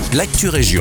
l'actu région.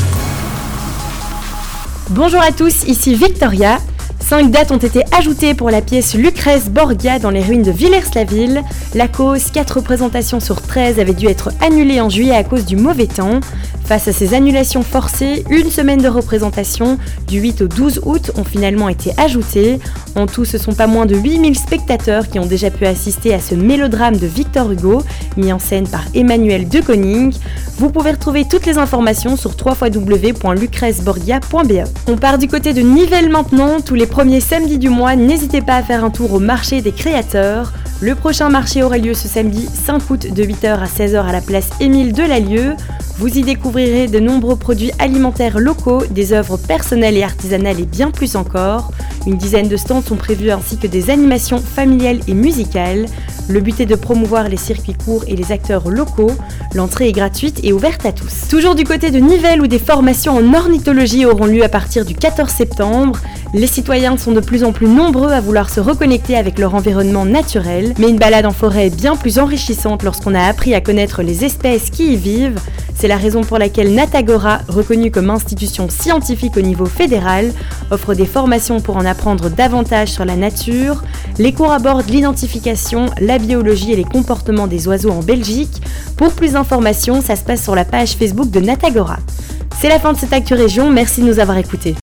Bonjour à tous, ici Victoria. 5 dates ont été ajoutées pour la pièce Lucrèce Borgia dans les ruines de Villers-la-Ville. La cause, 4 représentations sur 13 avaient dû être annulées en juillet à cause du mauvais temps. Face à ces annulations forcées, une semaine de représentation, du 8 au 12 août, ont finalement été ajoutées. En tout, ce sont pas moins de 8000 spectateurs qui ont déjà pu assister à ce mélodrame de Victor Hugo, mis en scène par Emmanuel de Koning. Vous pouvez retrouver toutes les informations sur www.lucrèceborgia.be. On part du côté de Nivelles maintenant. Tous les premiers samedis du mois, n'hésitez pas à faire un tour au marché des créateurs. Le prochain marché aura lieu ce samedi 5 août de 8h à 16h à la place Émile Delalieu. Vous y découvrirez de nombreux produits alimentaires locaux, des œuvres personnelles et artisanales et bien plus encore. Une dizaine de stands sont prévus ainsi que des animations familiales et musicales. Le but est de promouvoir les circuits courts et les acteurs locaux. L'entrée est gratuite et ouverte à tous. Toujours du côté de Nivelles où des formations en ornithologie auront lieu à partir du 14 septembre. Les citoyens sont de plus en plus nombreux à vouloir se reconnecter avec leur environnement naturel, mais une balade en forêt est bien plus enrichissante lorsqu'on a appris à connaître les espèces qui y vivent. C'est la raison pour laquelle Natagora, reconnue comme institution scientifique au niveau fédéral, offre des formations pour en apprendre davantage sur la nature. Les cours abordent l'identification, la biologie et les comportements des oiseaux en Belgique. Pour plus d'informations, ça se passe sur la page Facebook de Natagora. C'est la fin de cette Actu Région, merci de nous avoir écoutés.